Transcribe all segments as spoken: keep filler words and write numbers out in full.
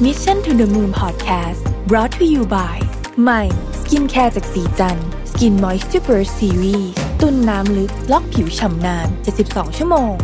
Mission to the Moon Podcast brought to you by ใหม่สกินแคร์จากสีจันทร์ Skin Moisture Burst Series ตุ้นน้ำลึกล็อกผิวฉ่ำนานเจ็ดสิบสองชั่วโมง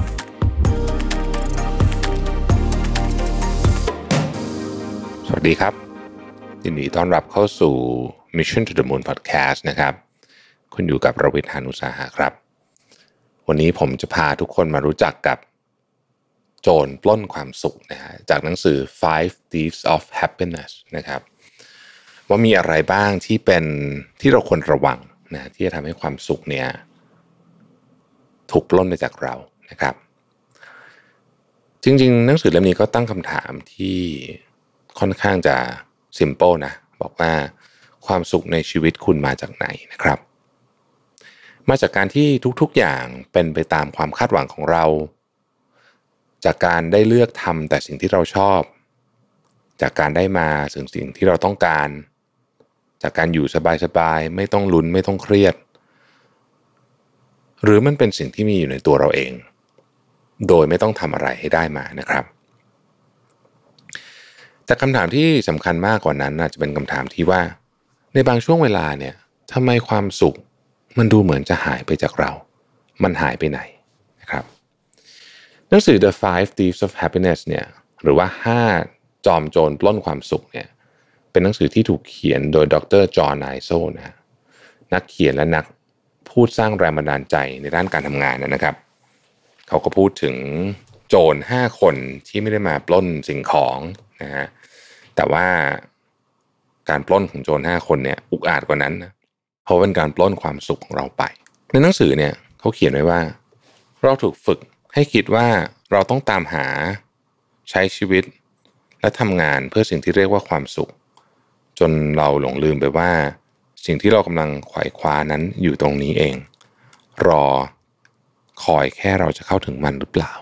สวัสดีครับยินดีต้อนรับเข้าสู่ Mission to the Moon Podcast นะครับคุณอยู่กับรวิทย์ หาญอุตสาหะครับวันนี้ผมจะพาทุกคนมารู้จักกับโจรปล้นความสุขนะฮะจากหนังสือ Five Thieves of Happiness นะครับว่ามีอะไรบ้างที่เป็นที่เราควรระวังนะที่จะทำให้ความสุขเนี่ยถูกปล้นไปจากเรานะครับจริงๆหนังสือเล่มนี้ก็ตั้งคำถามที่ค่อนข้างจะ simple นะบอกว่าความสุขในชีวิตคุณมาจากไหนนะครับมาจากการที่ทุกๆอย่างเป็นไปตามความคาดหวังของเราจากการได้เลือกทำแต่สิ่งที่เราชอบจากการได้มาสิ่งสิ่งที่เราต้องการจากการอยู่สบายๆไม่ต้องลุ้นไม่ต้องเครียดหรือมันเป็นสิ่งที่มีอยู่ในตัวเราเองโดยไม่ต้องทำอะไรให้ได้มานะครับแต่คำถามที่สำคัญมากกว่านั้นน่าจะเป็นคำถามที่ว่าในบางช่วงเวลาเนี่ยทำไมความสุขมันดูเหมือนจะหายไปจากเรามันหายไปไหนนะครับหนังสือ The Five Thieves of Happiness เนี่ยหรือว่าห้าจอมโจรปล้นความสุขเนี่ยเป็นหนังสือที่ถูกเขียนโดยดรจอห์น ไนโซนะนักเขียนและนักพูดสร้างแรงบันดาลใจในด้านการทำงานนะครับเขาก็พูดถึงโจรห้าคนที่ไม่ได้มาปล้นสิ่งของนะฮะแต่ว่าการปล้นของโจรห้าคนเนี่ยอุกอาจกว่านั้นนะเพราะเป็นการปล้นความสุขของเราไปในหนังสือเนี่ยเขาเขียนไว้ว่าเราถูกฝึกให้คิดว่าเราต้องตามหาใช้ชีวิตและทำงานเพื่อสิ่งที่เรียกว่าความสุขจนเราหลงลืมไปว่าสิ่งที่เรากำลังไขว่คว้านั้นอยู่ตรงนี้เองรอคอยแค่เราจะเข้าถึงมันหรือเปล่า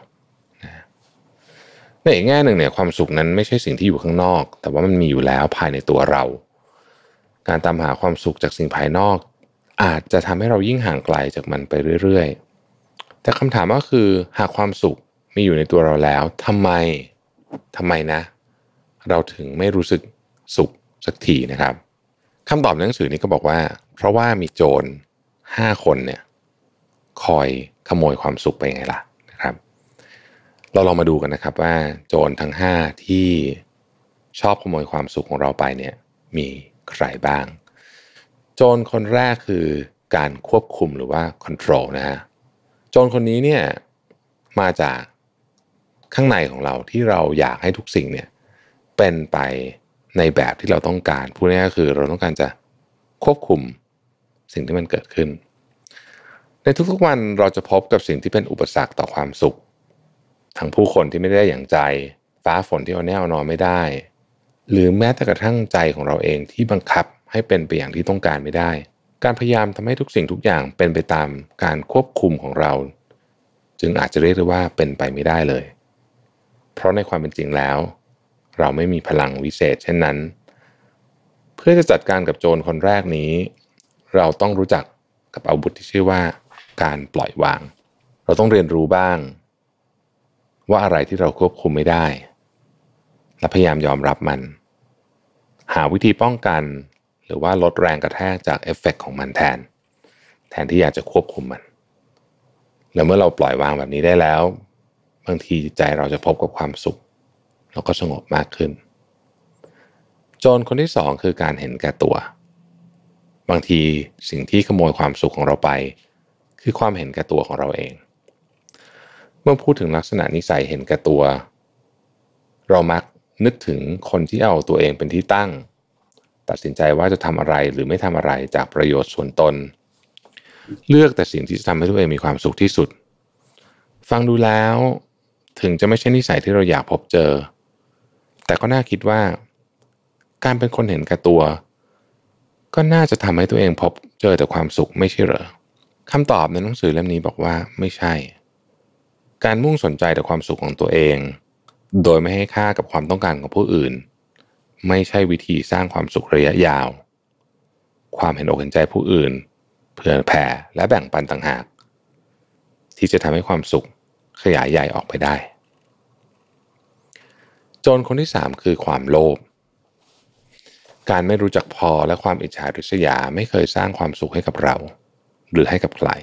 ในอีกแง่หนึ่งเนี่ยความสุขนั้นไม่ใช่สิ่งที่อยู่ข้างนอกแต่ว่ามันมีอยู่แล้วภายในตัวเราการตามหาความสุขจากสิ่งภายนอกอาจจะทำให้เรายิ่งห่างไกลจากมันไปเรื่อยๆแต่คำถามก็คือหากความสุขมีอยู่ในตัวเราแล้วทำไมทำไมนะเราถึงไม่รู้สึกสุขสักทีนะครับคำตอบในหนังสือนี้ก็บอกว่าเพราะว่ามีโจรห้าคนเนี่ยคอยขโมยความสุขไปไงล่ะนะครับเราลองมาดูกันนะครับว่าโจรทั้งห้าที่ชอบขโมยความสุขของเราไปเนี่ยมีใครบ้างโจรคนแรกคือการควบคุมหรือว่า control นะฮะโจรคนนี้เนี่ยมาจากข้างในของเราที่เราอยากให้ทุกสิ่งเนี่ยเป็นไปในแบบที่เราต้องการพูดง่ายๆก็คือเราต้องการจะควบคุมสิ่งที่มันเกิดขึ้นในทุกๆวันเราจะพบกับสิ่งที่เป็นอุปสรรคต่อความสุขทั้งผู้คนที่ไม่ได้อย่างใจฟ้าฝนที่เอาแน่เอานอนไม่ได้หรือแม้แต่กระทั่งใจของเราเองที่บังคับให้เป็นไปอย่างที่ต้องการไม่ได้การพยายามทำให้ทุกสิ่งทุกอย่างเป็นไปตามการควบคุมของเราจึงอาจจะเรียกได้ว่าเป็นไปไม่ได้เลยเพราะในความเป็นจริงแล้วเราไม่มีพลังวิเศษเช่นนั้นเพื่อจะจัดการกับโจรคนแรกนี้เราต้องรู้จักกับอาวุธที่ชื่อว่าการปล่อยวางเราต้องเรียนรู้บ้างว่าอะไรที่เราควบคุมไม่ได้และพยายามยอมรับมันหาวิธีป้องกันหรือว่าลดแรงกระแทกจากเอฟเฟกต์ของมันแทนแทนที่อยากจะควบคุมมันแล้วเมื่อเราปล่อยวางแบบนี้ได้แล้วบางทีใจเราจะพบกับความสุขแล้วก็สงบมากขึ้นโจรคนที่สองคือการเห็นแก่ตัวบางทีสิ่งที่ขโมยความสุขของเราไปคือความเห็นแก่ตัวของเราเองเมื่อพูดถึงลักษณะนิสัยเห็นแก่ตัวเรามักนึกถึงคนที่เอาตัวเองเป็นที่ตั้งตัดสินใจว่าจะทำอะไรหรือไม่ทำอะไรจากประโยชน์ส่วนตนเลือกแต่สิ่งที่จะทำให้ตัวเองมีความสุขที่สุดฟังดูแล้วถึงจะไม่ใช่นิสัยที่เราอยากพบเจอแต่ก็น่าคิดว่าการเป็นคนเห็นแก่ตัวก็น่าจะทำให้ตัวเองพบเจอแต่ความสุขไม่ใช่เหรอคำตอบในหนังสือเล่มนี้บอกว่าไม่ใช่การมุ่งสนใจแต่ความสุขของตัวเองโดยไม่ให้ค่ากับความต้องการของผู้อื่นไม่ใช่วิธีสร้างความสุขระยะยาวความเห็นอกเห็นใจผู้อื่นเผื่อแผ่และแบ่งปันต่างหากที่จะทำให้ความสุขขยายใหญ่ออกไปได้โจรคนที่สามคือความโลภการไม่รู้จักพอและความอิจฉาริษยาไม่เคยสร้างความสุขให้กับเราหรือให้กับใคร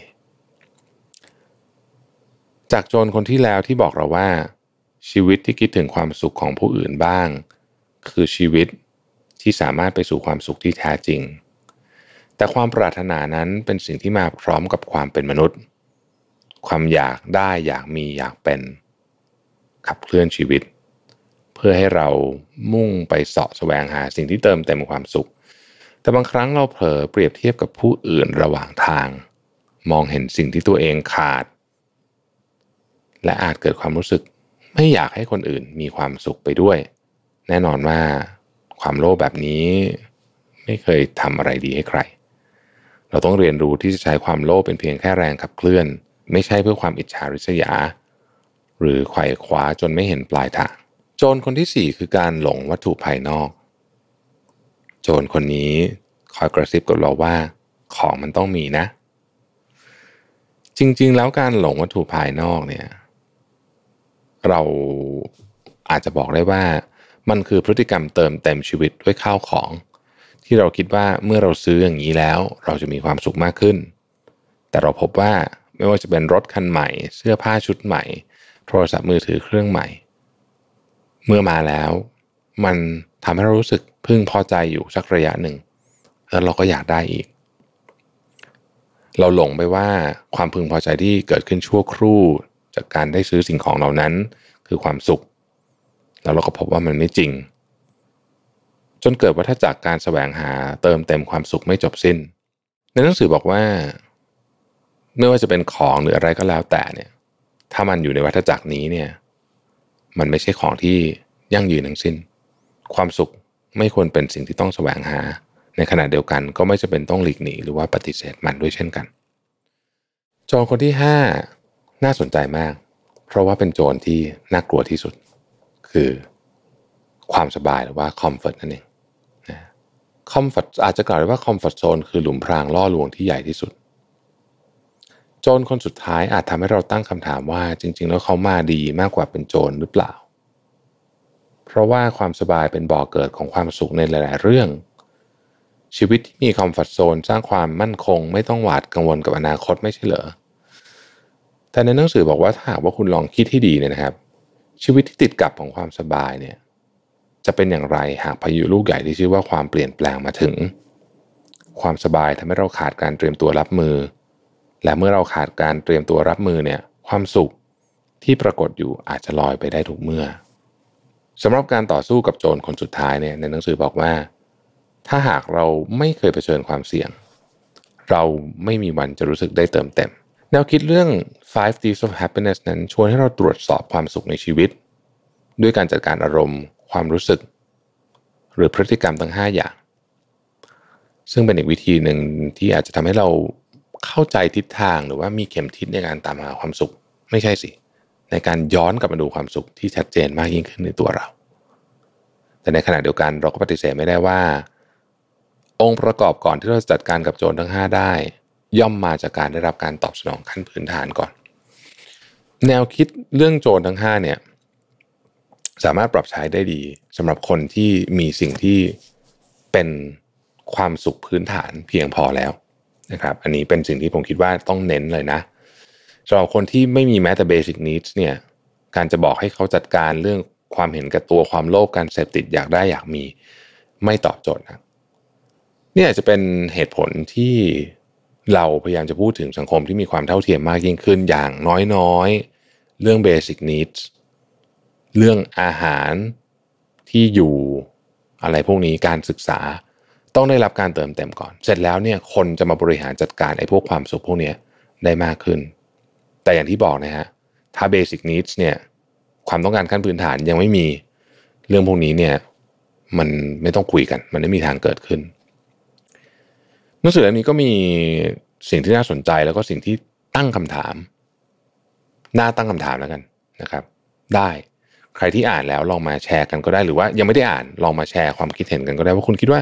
จากโจรคนที่แล้วที่บอกเราว่าชีวิตที่คิดถึงความสุขของผู้อื่นบ้างคือชีวิตที่สามารถไปสู่ความสุขที่แท้จริงแต่ความปรารถนานั้นเป็นสิ่งที่มาพร้อมกับความเป็นมนุษย์ความอยากได้อยากมีอยากเป็นขับเคลื่อนชีวิตเพื่อให้เรามุ่งไปเสาะแสวงหาสิ่งที่เติมเต็มความสุขแต่บางครั้งเราเผลอเปรียบเทียบกับผู้อื่นระหว่างทางมองเห็นสิ่งที่ตัวเองขาดและอาจเกิดความรู้สึกไม่อยากให้คนอื่นมีความสุขไปด้วยแน่นอนว่าความโลภแบบนี้ไม่เคยทำอะไรดีให้ใครเราต้องเรียนรู้ที่จะใช้ความโลภเป็นเพียงแค่แรงขับเคลื่อนไม่ใช่เพื่อความอิจฉาริษยาหรือไขว่คว้าจนไม่เห็นปลายทางโจรคนที่สี่คือการหลงวัตถุภายนอกโจรคนนี้คอยกระซิบกับเราว่าของมันต้องมีนะจริงๆแล้วการหลงวัตถุภายนอกเนี่ยเราอาจจะบอกได้ว่ามันคือพฤติกรรมเติมเต็มชีวิตด้วยข้าวของที่เราคิดว่าเมื่อเราซื้ออย่างนี้แล้วเราจะมีความสุขมากขึ้นแต่เราพบว่าไม่ว่าจะเป็นรถคันใหม่เสื้อผ้าชุดใหม่โทรศัพท์มือถือเครื่องใหม่เมื่อมาแล้วมันทำให้เรารู้สึกพึงพอใจอยู่สักระยะหนึ่งแล้วเราก็อยากได้อีกเราหลงไปว่าความพึงพอใจที่เกิดขึ้นชั่วครู่จากการได้ซื้อสิ่งของเหล่านั้นคือความสุขแล้วเราก็พบว่ามันไม่จริงจนเกิดวัฏจักรการแสวงหาเติมเต็มความสุขไม่จบสิ้นในหนังสือบอกว่าไม่ว่าจะเป็นของหรืออะไรก็แล้วแต่เนี่ยถ้ามันอยู่ในวัฏจักรนี้เนี่ยมันไม่ใช่ของที่ยั่งยืนทั้งสิ้นความสุขไม่ควรเป็นสิ่งที่ต้องแสวงหาในขณะเดียวกันก็ไม่จำเป็นต้องหลีกหนีหรือว่าปฏิเสธมันด้วยเช่นกันโจรคนที่ห้าน่าสนใจมากเพราะว่าเป็นโจรที่น่ากลัวที่สุดคือความสบายหรือว่าคอมฟอร์ตนั่นเองนะคอมฟอร์ตอาจจะกล่าวได้ว่าคอมฟอร์ตโซนคือหลุมพรางล่อลวงที่ใหญ่ที่สุดโจรคนสุดท้ายอาจทำให้เราตั้งคำถามว่าจริงๆแล้วเขามาดีมากกว่าเป็นโจรหรือเปล่าเพราะว่าความสบายเป็นบ่อเกิดของความสุขในหลายๆเรื่องชีวิตที่มีคอมฟอร์ตโซนสร้างความมั่นคงไม่ต้องหวาดกังวลกับอนาคตไม่ใช่เหรอแต่ในหนังสือบอกว่าถ้าหากว่าคุณลองคิดให้ดีเนี่ยนะครับชีวิตที่ติดกับของความสบายเนี่ยจะเป็นอย่างไรหากพายุลูกใหญ่ที่ชื่อว่าความเปลี่ยนแปลงมาถึงความสบายทำให้เราขาดการเตรียมตัวรับมือและเมื่อเราขาดการเตรียมตัวรับมือเนี่ยความสุขที่ปรากฏอยู่อาจจะลอยไปได้ทุกเมื่อสำหรับการต่อสู้กับโจรคนสุดท้ายเนี่ยในหนังสือบอกว่าถ้าหากเราไม่เคยเผชิญความเสี่ยงเราไม่มีวันจะรู้สึกได้เติมเต็มแนวคิดเรื่อง five D's of Happiness นั้นชวนให้เราตรวจสอบความสุขในชีวิตด้วยการจัดการอารมณ์ความรู้สึกหรือพฤติกรรมทั้งห้าอย่างซึ่งเป็นอีกวิธีหนึ่งที่อาจจะทำให้เราเข้าใจทิศทางหรือว่ามีเข็มทิศในการตามหาความสุขไม่ใช่สิในการย้อนกลับมาดูความสุขที่ชัดเจนมากยิ่งขึ้นในตัวเราแต่ในขณะเดียวกันเราก็ปฏิเสธไม่ได้ว่าองค์ประกอบก่อนที่เราจะจัดการกับโจรทั้งห้าได้ย่อมมาจากการได้รับการตอบสนองขั้นพื้นฐานก่อนแนวคิดเรื่องโจรทั้งห้าเนี่ยสามารถปรับใช้ได้ดีสำหรับคนที่มีสิ่งที่เป็นความสุขพื้นฐานเพียงพอแล้วนะครับอันนี้เป็นสิ่งที่ผมคิดว่าต้องเน้นเลยนะสำหรับคนที่ไม่มีแม้แต่ basic needs เนี่ยการจะบอกให้เขาจัดการเรื่องความเห็นแก่ตัวความโลภการเสพติดอยากได้อยากมีไม่ตอบโจทย์นะนี่อาจจะเป็นเหตุผลที่เราพยายามจะพูดถึงสังคมที่มีความเท่าเทียมมากยิ่งขึ้นอย่างน้อยๆเรื่อง basic needs เรื่องอาหารที่อยู่อะไรพวกนี้การศึกษาต้องได้รับการเติมเต็มก่อนเสร็จแล้วเนี่ยคนจะมาบริหารจัดการไอ้พวกความสุขพวกนี้ได้มากขึ้นแต่อย่างที่บอกนะฮะถ้า basic needs เนี่ยความต้องการขั้นพื้นฐานยังไม่มีเรื่องพวกนี้เนี่ยมันไม่ต้องคุยกันมันไม่มีทางเกิดขึ้นหนังสือเล่มนี้ก็มีสิ่งที่น่าสนใจแล้วก็สิ่งที่ตั้งคำถามน่าตั้งคำถามแล้วกันนะครับได้ใครที่อ่านแล้วลองมาแชร์กันก็ได้หรือว่ายังไม่ได้อ่านลองมาแชร์ความคิดเห็นกันก็ได้ว่าคุณคิดว่า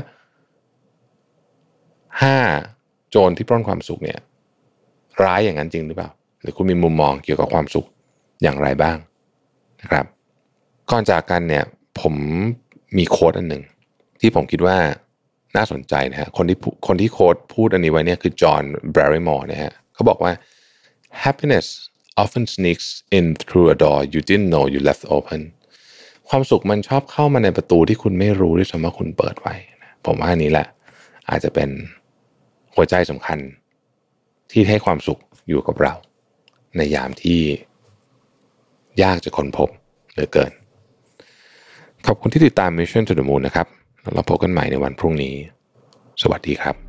ห้าโจรที่ปล้นความสุขเนี่ยร้ายอย่างนั้นจริงหรือเปล่าหรือคุณมีมุมมองเกี่ยวกับความสุขอย่างไรบ้างนะครับก่อนจากกันเนี่ยผผมมีโค้ดอันหนึ่งที่ผมคิดว่าน่าสนใจนะฮะคนที่คนที่โค้ดพูดอันนี้ไว้เนี่ยคือจอห์นแบร์ริมอร์นะฮะเขาบอกว่า happiness often sneaks in through a door you didn't know you left open ความสุขมันชอบเข้ามาในประตูที่คุณไม่รู้ด้วยซ้ำว่าคุณเปิดไว้นะผมว่าอันนี้แหละอาจจะเป็นหัวใจสำคัญที่ให้ความสุขอยู่กับเราในยามที่ยากจะค้นพบเหลือเกินขอบคุณที่ติดตาม Mission to the Moon นะครับเราพบกันใหม่ในวันพรุ่งนี้สวัสดีครับ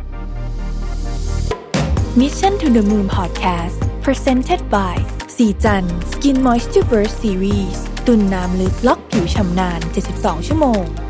Mission to the Moon Podcast Presented by สีจัน Skin Moisture Burst Series ตุ่นน้ำลึกล็อกผิวชำนานเจ็ดสิบสองชั่วโมง